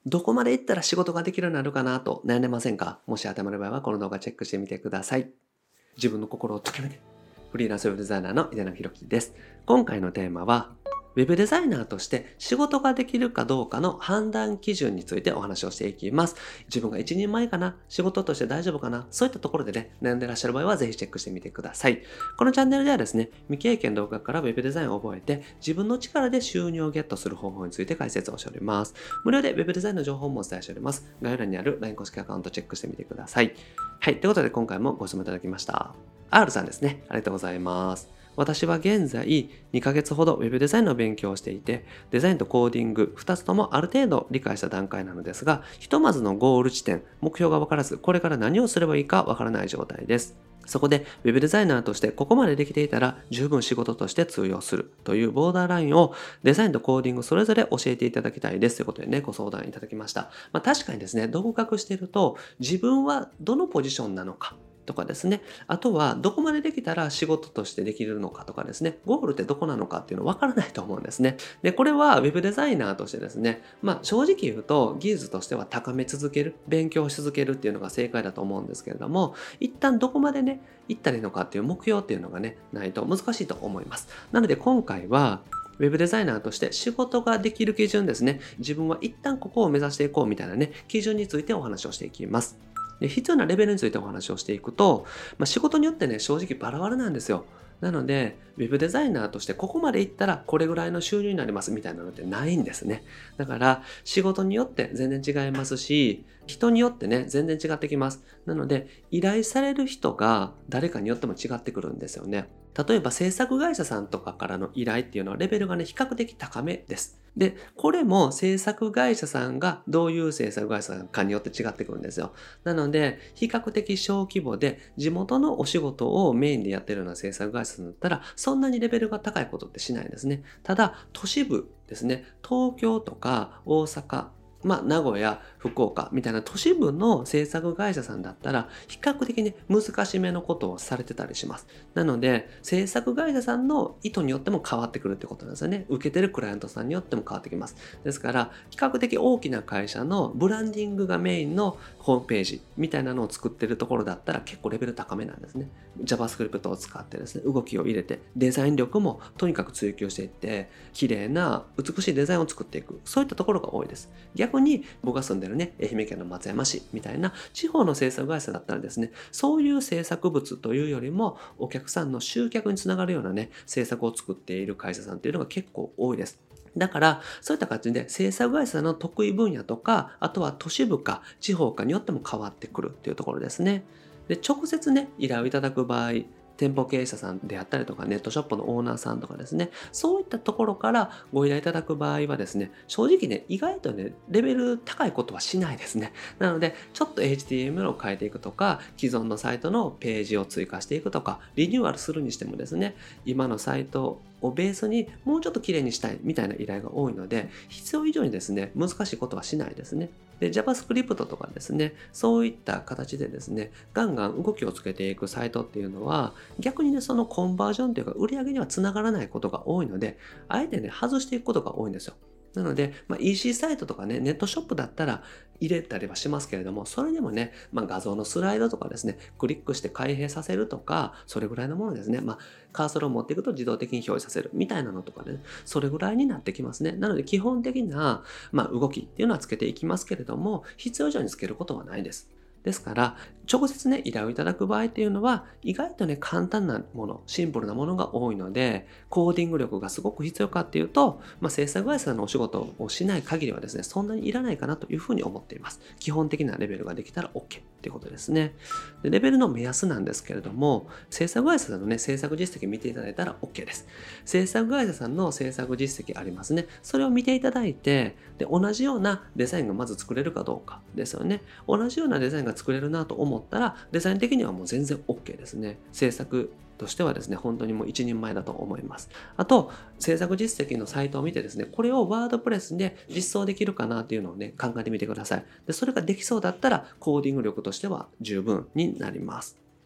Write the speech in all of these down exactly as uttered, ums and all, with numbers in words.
どこまで行ったら仕事ができるようになるかなと悩んでませんか？もし当てはまる場合はこの動画チェックしてみてください。自分の心をときめけ、フリーランスウェブデザイナーの井出野弘樹です。今回のテーマは、ウェブデザイナーとして仕事ができるかどうかの判断基準についてお話をしていきます。自分が一人前かな、仕事として大丈夫かな、そういったところでね、悩んでらっしゃる場合はぜひチェックしてみてください。このチャンネルではですね、未経験動画からウェブデザインを覚えて、自分の力で収入をゲットする方法について解説をしております。無料でウェブデザインの情報もお伝えしております。概要欄にある ライン 公式アカウントチェックしてみてください。はい、ということで今回もご質問いただきました。R さんですね。ありがとうございます。私は現在にかげつほどウェブデザインの勉強をしていて、デザインとコーディングふたつともある程度理解した段階なのですが、ひとまずのゴール地点、目標が分からず、これから何をすればいいか分からない状態です。そこで Web デザイナーとしてここまでできていたら十分仕事として通用するというボーダーラインをデザインとコーディングそれぞれ教えていただきたいですということでね、ご相談いただきました。まあ、確かにですね、独学していると自分はどのポジションなのかとかですね、あとはどこまでできたら仕事としてできるのかとかですね、ゴールってどこなのかっていうの分からないと思うんですね。で、これは Web デザイナーとしてですね、まあ正直言うと技術としては高め続ける、勉強し続けるっていうのが正解だと思うんですけれども、一旦どこまでね、行ったらいいのかっていう目標っていうのがね、ないと難しいと思います。なので今回は、ウェブデザイナーとして仕事ができる基準ですね。自分は一旦ここを目指していこうみたいなね、基準についてお話をしていきます。で、必要なレベルについてお話をしていくと、まあ、仕事によってね、正直バラバラなんですよ。なので、ウェブデザイナーとしてここまでいったらこれぐらいの収入になりますみたいなのってないんですね。だから、仕事によって全然違いますし、人によってね、全然違ってきます。なので、依頼される人が誰かによっても違ってくるんですよね。例えば制作会社さんとかからの依頼っていうのはレベルがね、比較的高めです。で、これも制作会社さんがどういう制作会社さんかによって違ってくるんですよ。なので、比較的小規模で地元のお仕事をメインでやってるような制作会社さんだったら、そんなにレベルが高いことってしないですね。ただ、都市部ですね、東京とか大阪、まあ、名古屋、福岡みたいな都市部の制作会社さんだったら、比較的ね、難しめのことをされてたりします。なので、制作会社さんの意図によっても変わってくるってことなんですよね。受けてるクライアントさんによっても変わってきます。ですから、比較的大きな会社のブランディングがメインのホームページみたいなのを作ってるところだったら結構レベル高めなんですね。JavaScript を使ってですね、動きを入れて、デザイン力もとにかく追求していって、綺麗な美しいデザインを作っていく。そういったところが多いです。逆に僕が住んでるね、愛媛県の松山市みたいな地方の制作会社だったらですね、そういう制作物というよりもお客さんの集客につながるようなね、制作を作っている会社さんっていうのが結構多いです。だから、そういった形で制作会社の得意分野とか、あとは都市部か地方かによっても変わってくるっていうところですね。で、直接ね、依頼をいただく場合、店舗経営者さんであったりとか、ネットショップのオーナーさんとかですね、そういったところからご依頼いただく場合はですね、正直ね、意外とね、レベル高いことはしないですね。なので、ちょっと エイチティーエムエル を変えていくとか、既存のサイトのページを追加していくとか、リニューアルするにしてもですね、今のサイトをベースにもうちょっと綺麗にしたいみたいな依頼が多いので、必要以上にですね、難しいことはしないですね。で、JavaScript とかですね、そういった形でですね、ガンガン動きをつけていくサイトっていうのは、逆にね、そのコンバージョンというか、売り上げにはつながらないことが多いので、あえてね、外していくことが多いんですよ。なので、まあ、イーシー サイトとかね、ネットショップだったら入れたりはしますけれども、それでもね、まあ、画像のスライドとかですね、クリックして開閉させるとか、それぐらいのものですね。まあ、カーソルを持っていくと自動的に表示させるみたいなのとかね、それぐらいになってきますね。なので、基本的な、まあ、動きっていうのはつけていきますけれども、必要以上につけることはないです。ですから、直接ね、依頼をいただく場合っていうのは、意外とね、簡単なもの、シンプルなものが多いので、コーディング力がすごく必要かっていうと、まあ、制作会社のお仕事をしない限りはですね、そんなにいらないかなというふうに思っています。基本的なレベルができたら OK っていうことですね。で、レベルの目安なんですけれども、制作会社さんのね、制作実績見ていただいたら OK です。制作会社さんの制作実績ありますね。それを見ていただいて、で、同じようなデザインがまず作れるかどうかですよね。同じようなデザインが作れるなと思ったら、デザイン的にはもう全然 OK ですね。制作としてはですね、本当にもう一人前だと思います。あと、制作実績のサイトを見てですね、これをワードプレスで実装できるかなっていうのをね、考えてみてください。で、それができそうだったら、コーディング力としては十分になります。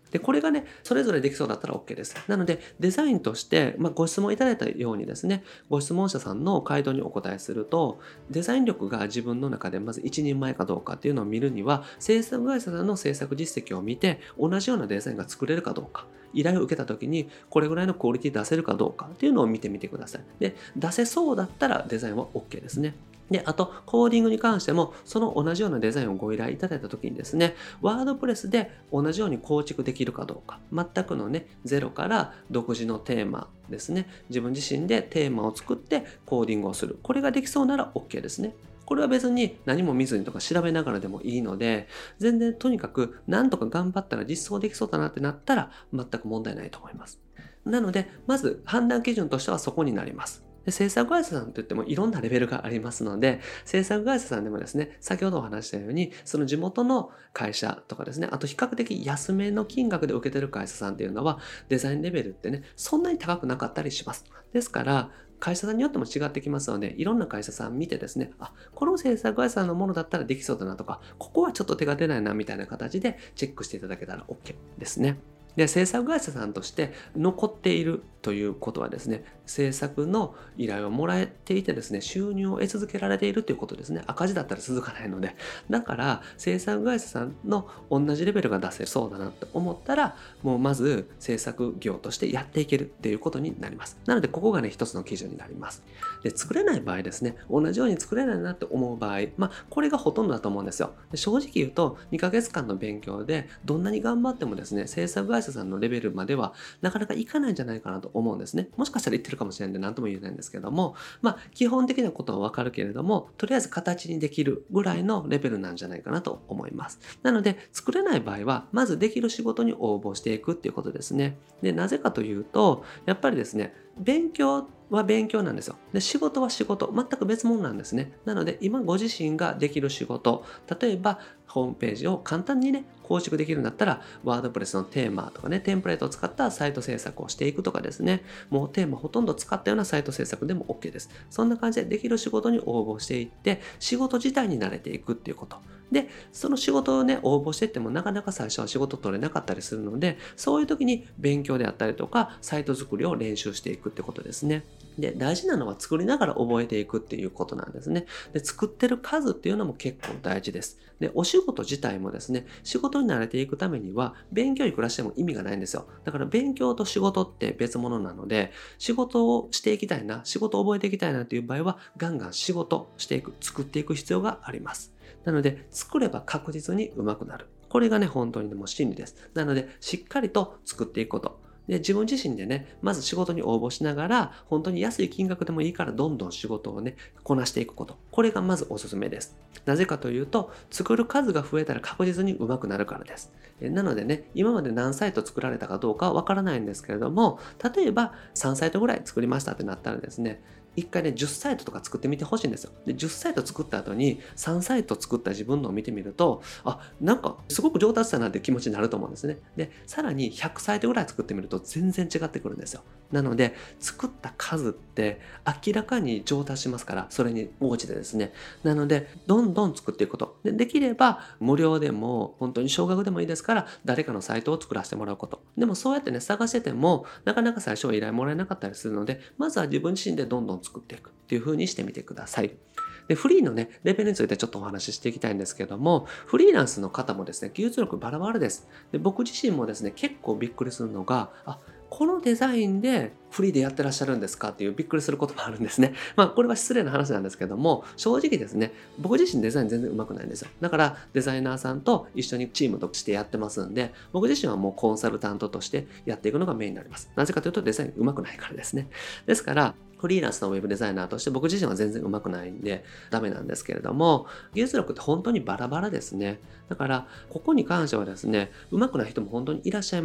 で、これがね、それぞれできそうだったら OK です。なので、デザインとして、まあ、ご質問いただいたようにですね、ご質問者さんの回答にお答えすると、デザイン力が自分の中でまず一人前かどうかっていうのを見るには、制作会社さんの制作実績を見て、同じようなデザインが作れるかどうか、依頼を受けた時にこれぐらいのクオリティ出せるかどうかっていうのを見てみてください。で、出せそうだったらデザインは OK ですね。で、あと、コーディングに関しても、その同じようなデザインをご依頼いただいたときにですね、ワードプレスで同じように構築できるかどうか、全くのね、ゼロから独自のテーマですね、自分自身でテーマを作ってコーディングをする。これができそうなら OK ですね。これは別に何も見ずにとか調べながらでもいいので、全然とにかく何とか頑張ったら実装できそうだなってなったら全く問題ないと思います。なので、まず判断基準としてはそこになります。で、制作会社さんといってもいろんなレベルがありますので、制作会社さんでもですね、先ほどお話したように、その地元の会社とかですね、あと比較的安めの金額で受けてる会社さんっていうのは、デザインレベルってね、そんなに高くなかったりします。ですから、会社さんによっても違ってきますので、いろんな会社さん見てですね、あ、この制作会社さんのものだったらできそうだなとか、ここはちょっと手が出ないなみたいな形でチェックしていただけたら OK ですね。で、制作会社さんとして残っているということはですね、制作の依頼をもらえていてですね、収入を得続けられているということですね。赤字だったら続かないので。だから、制作会社さんの同じレベルが出せそうだなと思ったら、もうまず制作業としてやっていけるっていうことになります。なので、ここがね、一つの基準になります。で、作れない場合ですね、同じように作れないなって思う場合、まあ、これがほとんどだと思うんですよ。で、正直言うと、にかげつかんの勉強で、どんなに頑張ってもですね、制作会社さんのレベルまではなかなかいかないんじゃないかなと思うんですね。もしかしたら言ってるかもしれないんで何とも言えないんですけども、まあ基本的なことはわかるけれども、とりあえず形にできるぐらいのレベルなんじゃないかなと思います。なので作れない場合はまずできる仕事に応募していくっていうことですね。で、なぜかというと、やっぱりですね、勉強は勉強なんですよ。で、仕事は仕事、全く別物なんですね。なので、今ご自身ができる仕事、例えば、ホームページを簡単にね、構築できるんだったら、ワードプレスのテーマとかね、テンプレートを使ったサイト制作をしていくとかですね、もうテーマほとんど使ったようなサイト制作でも OK です。そんな感じでできる仕事に応募していって、仕事自体に慣れていくっていうこと。で、その仕事をね、応募していってもなかなか最初は仕事取れなかったりするので、そういう時に勉強であったりとか、サイト作りを練習していくってことですね。で、大事なのは作りながら覚えていくっていうことなんですね。で、作ってる数っていうのも結構大事です。で、お仕事自体もですね、仕事に慣れていくためには、勉強いくらしても意味がないんですよ。だから勉強と仕事って別物なので、仕事をしていきたいな、仕事を覚えていきたいなっていう場合は、ガンガン仕事していく、作っていく必要があります。なので、作れば確実に上手くなる。これがね、本当にでも真理です。なので、しっかりと作っていくこと。で、自分自身でね、まず仕事に応募しながら、本当に安い金額でもいいからどんどん仕事をね、こなしていくこと。これがまずおすすめです。なぜかというと、作る数が増えたら確実に上手くなるからです。えなのでね、今まで何サイト作られたかどうかはわからないんですけれども、例えばさんサイトぐらい作りましたってなったらですね、一回ね、じゅっサイトとか作ってみてほしいんですよ。で、じゅっサイト作った後にさんサイト作った自分のを見てみると、あ、なんかすごく上達したなっていう気持ちになると思うんですね。で、さらにひゃくサイトぐらい作ってみると全然違ってくるんですよ。なので、作った数って明らかに上達しますから、それに応じてですね。なので、どんどん作っていくこと。で、できれば無料でも本当に少額でもいいですから、誰かのサイトを作らせてもらうこと。でもそうやってね、探してても、なかなか最初は依頼もらえなかったりするので、まずは自分自身でどんどん作っていくっていう風にしてみてください。で、フリーのね、レベルについてちょっとお話ししていきたいんですけども、フリーランスの方もですね、技術力バラバラです。で、僕自身もですね、結構びっくりするのが、あ、このデザインでフリーでやってらっしゃるんですかっていうびっくりすることもあるんですね。まあこれは失礼な話なんですけども、正直ですね、僕自身デザイン全然上手くないんですよ。だからデザイナーさんと一緒にチームとしてやってますんで、僕自身はもうコンサルタントとしてやっていくのがメインになります。なぜかというとデザイン上手くないからですね。ですから、フリーランスのウェブデザイナーとして僕自身は全然上手くないんでダメなんですけれども、技術力って本当にバラバラですね。だから、ここに関してはですね、上手くない人も本当にいらっしゃいます。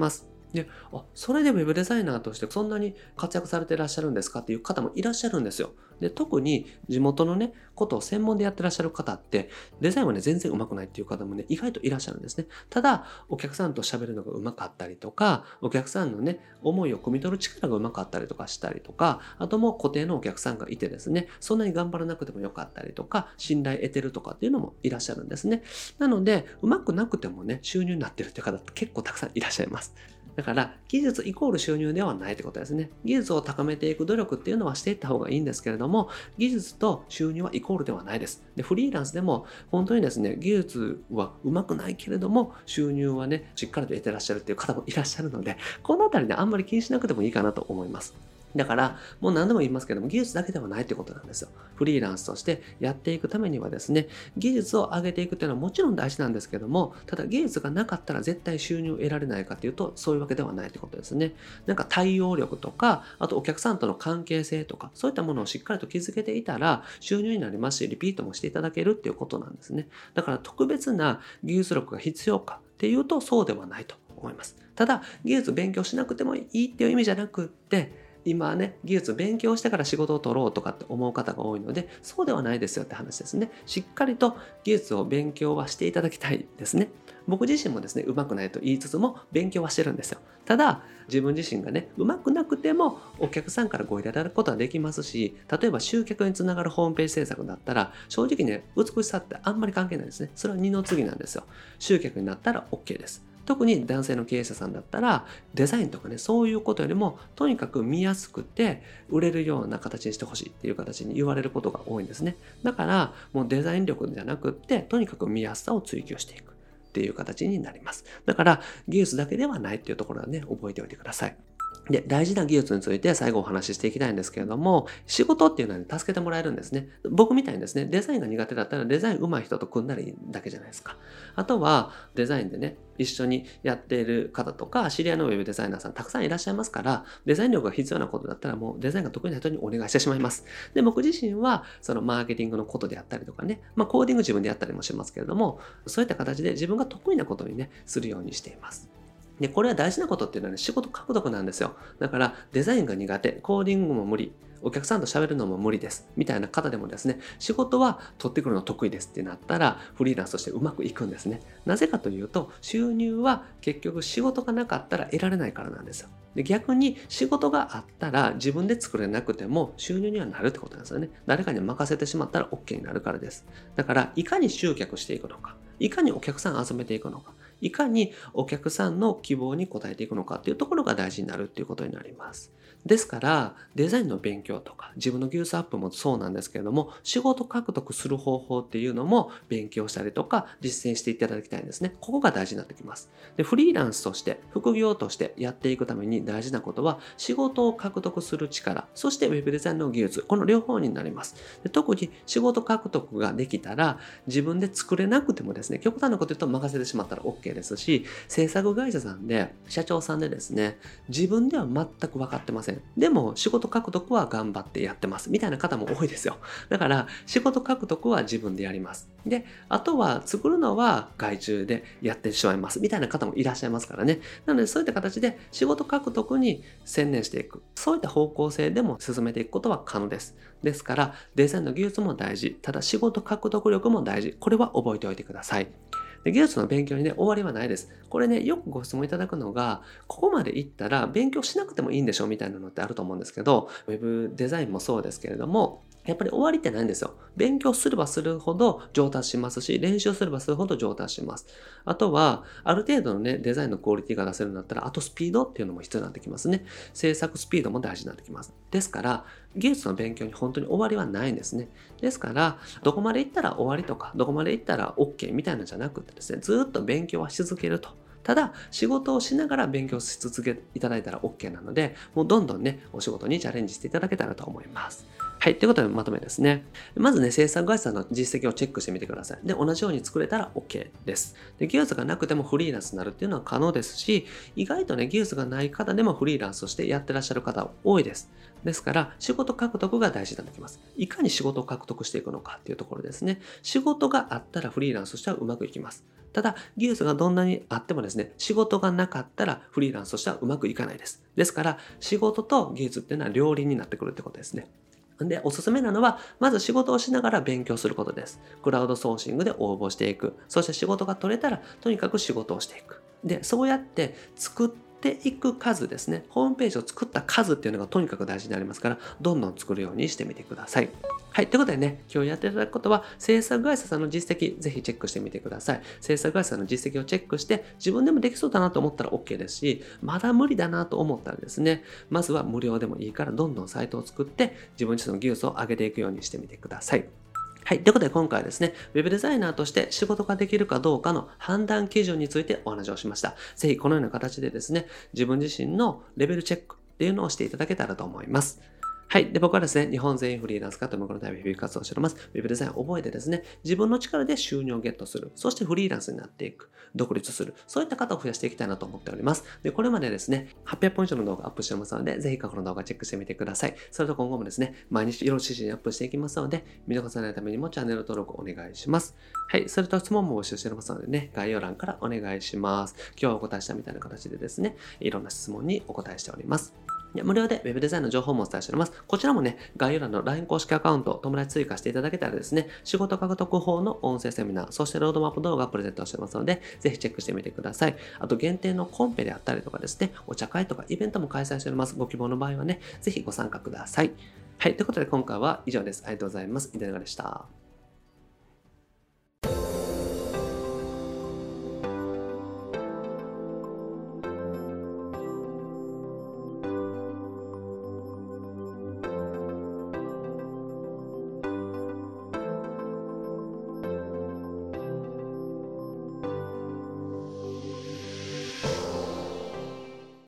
で、あ、それでウェブデザイナーとしてそんなに活躍されていらっしゃるんですかっていう方もいらっしゃるんですよ。で、特に地元のね、ことを専門でやってらっしゃる方って、デザインはね、全然上手くないっていう方もね、意外といらっしゃるんですね。ただ、お客さんと喋るのが上手かったりとか、お客さんのね、思いを汲み取る力が上手かったりとかしたりとか、あともう固定のお客さんがいてですね、そんなに頑張らなくてもよかったりとか、信頼得てるとかっていうのもいらっしゃるんですね。なので、上手くなくてもね、収入になってるっていう方って結構たくさんいらっしゃいます。だから、技術イコール収入ではないってことですね。技術を高めていく努力っていうのはしていった方がいいんですけれども、技術と収入はイコールではないです。で、フリーランスでも本当にですね、技術は上手くないけれども、収入はね、しっかりと得てらっしゃるっていう方もいらっしゃるので、このあたりね、あんまり気にしなくてもいいかなと思います。だから、もう何度も言いますけども、技術だけではないってことなんですよ。フリーランスとしてやっていくためにはですね、技術を上げていくっていうのはもちろん大事なんですけども、ただ技術がなかったら絶対収入を得られないかっていうと、そういうわけではないってことですね。なんか対応力とか、あとお客さんとの関係性とか、そういったものをしっかりと築けていたら、収入になりますし、リピートもしていただけるっていうことなんですね。だから特別な技術力が必要かっていうと、そうではないと思います。ただ、技術勉強しなくてもいいっていう意味じゃなくって、今ね、技術勉強してから仕事を取ろうとかって思う方が多いので、そうではないですよって話ですね。しっかりと技術を勉強はしていただきたいですね。僕自身もですね、上手くないと言いつつも勉強はしてるんですよ。ただ、自分自身がね、上手くなくてもお客さんからご依頼いただくことはできますし、例えば集客につながるホームページ制作だったら、正直ね、美しさってあんまり関係ないですね。それは二の次なんですよ。集客になったら OK です。特に男性の経営者さんだったらデザインとかね、そういうことよりもとにかく見やすくて売れるような形にしてほしいっていう形に言われることが多いんですね。だからもうデザイン力じゃなくってとにかく見やすさを追求していくっていう形になります。だから技術だけではないっていうところはね、覚えておいてください。で、大事な技術について最後お話ししていきたいんですけれども、仕事っていうのは、ね、助けてもらえるんですね。僕みたいにですね、デザインが苦手だったらデザイン上手い人と組んだらいいだけじゃないですか。あとはデザインでね、一緒にやっている方とか、知り合いのウェブデザイナーさんたくさんいらっしゃいますから、デザイン力が必要なことだったらもうデザインが得意な人にお願いしてしまいます。で、僕自身はそのマーケティングのことであったりとかね、まあコーディング自分でやったりもしますけれども、そういった形で自分が得意なことにね、するようにしています。で、これは大事なことっていうのはね、仕事獲得なんですよ。だからデザインが苦手、コーディングも無理、お客さんと喋るのも無理です。みたいな方でもですね、仕事は取ってくるの得意ですってなったら、フリーランスとしてうまくいくんですね。なぜかというと、収入は結局仕事がなかったら得られないからなんですよ。で、逆に仕事があったら自分で作れなくても収入にはなるってことなんですよね。誰かに任せてしまったら OK になるからです。だから、いかに集客していくのか、いかにお客さんを集めていくのか、いかにお客さんの希望に応えていくのかっていうところが大事になるっていうことになります。ですから、デザインの勉強とか、自分の技術アップもそうなんですけれども、仕事獲得する方法っていうのも勉強したりとか、実践していただきたいんですね。ここが大事になってきます。で、フリーランスとして、副業としてやっていくために大事なことは、仕事を獲得する力、そしてウェブデザインの技術、この両方になります。で、特に仕事獲得ができたら、自分で作れなくてもですね、極端なこと言うと任せてしまったら OK ですし、制作会社さんで、社長さんでですね、自分では全く分かってません。でも仕事獲得は頑張ってやってますみたいな方も多いですよ。だから仕事獲得は自分でやります。で、あとは作るのは外注でやってしまいますみたいな方もいらっしゃいますからね。なのでそういった形で仕事獲得に専念していく。そういった方向性でも進めていくことは可能です。ですからデザインの技術も大事。ただ仕事獲得力も大事。これは覚えておいてください。で、技術の勉強にね、終わりはないです。これね、よくご質問いただくのが、ここまでいったら勉強しなくてもいいんでしょみたいなのってあると思うんですけど、ウェブデザインもそうですけれども、やっぱり終わりってないんですよ。勉強すればするほど上達しますし、練習すればするほど上達します。あとは、ある程度のね、デザインのクオリティが出せるんだったら、あとスピードっていうのも必要になってきますね。制作スピードも大事になってきます。ですから、技術の勉強に本当に終わりはないんですね。ですから、どこまで行ったら終わりとか、どこまで行ったら OK みたいなんじゃなくてですね、ずっと勉強はし続けると。ただ、仕事をしながら勉強し続けていただいたら OK なので、もうどんどんね、お仕事にチャレンジしていただけたらと思います。 はい。ということでまとめですね。まずね、制作会社の実績をチェックしてみてください。で、同じように作れたら OK です。で、技術がなくてもフリーランスになるっていうのは可能ですし、意外とね、技術がない方でもフリーランスとしてやってらっしゃる方多いです。ですから、仕事獲得が大事になってきます。いかに仕事を獲得していくのかっていうところですね。仕事があったらフリーランスとしてはうまくいきます。ただ、技術がどんなにあってもですね、仕事がなかったらフリーランスとしてはうまくいかないです。ですから、仕事と技術っていうのは両輪になってくるってことですね。で、おすすめなのは、まず仕事をしながら勉強することです。クラウドソーシングで応募していく。そして仕事が取れたら、とにかく仕事をしていく。で、そうやって作っていく数ですね。ホームページを作った数っていうのがとにかく大事になりますから、どんどん作るようにしてみてください。はい。ということでね、今日やっていただくことは、制作会社さんの実績、ぜひチェックしてみてください。制作会社さんの実績をチェックして、自分でもできそうだなと思ったら OK ですし、まだ無理だなと思ったらですね、まずは無料でもいいから、どんどんサイトを作って、自分自身の技術を上げていくようにしてみてください。はい。ということで今回はですね、ウェブデザイナーとして仕事ができるかどうかの判断基準についてお話をしました。ぜひこのような形でですね、自分自身のレベルチェックっていうのをしていただけたらと思います。はい。で、僕はですね、日本全員フリーランス化というこのため日々活動しております。ウェブデザインを覚えてですね、自分の力で収入をゲットする。そしてフリーランスになっていく。独立する。そういった方を増やしていきたいなと思っております。で、これまでですね、はっぴゃっぽん以上の動画アップしてますので、ぜひ過去の動画チェックしてみてください。それと今後もですね、毎日色指示にアップしていきますので、見逃さないためにもチャンネル登録お願いします。はい。それと質問も募集しておりますのでね、概要欄からお願いします。今日はお答えしたみたいな形でですね、いろんな質問にお答えしております。無料で Web デザインの情報もお伝えしております。こちらもね、概要欄の ライン 公式アカウント、友達追加していただけたらですね、仕事獲得法の音声セミナー、そしてロードマップ動画をプレゼントしてますので、ぜひチェックしてみてください。あと、限定のコンペであったりとかですね、お茶会とかイベントも開催しております。ご希望の場合はね、ぜひご参加ください。はい、ということで今回は以上です。ありがとうございます。いかがでした？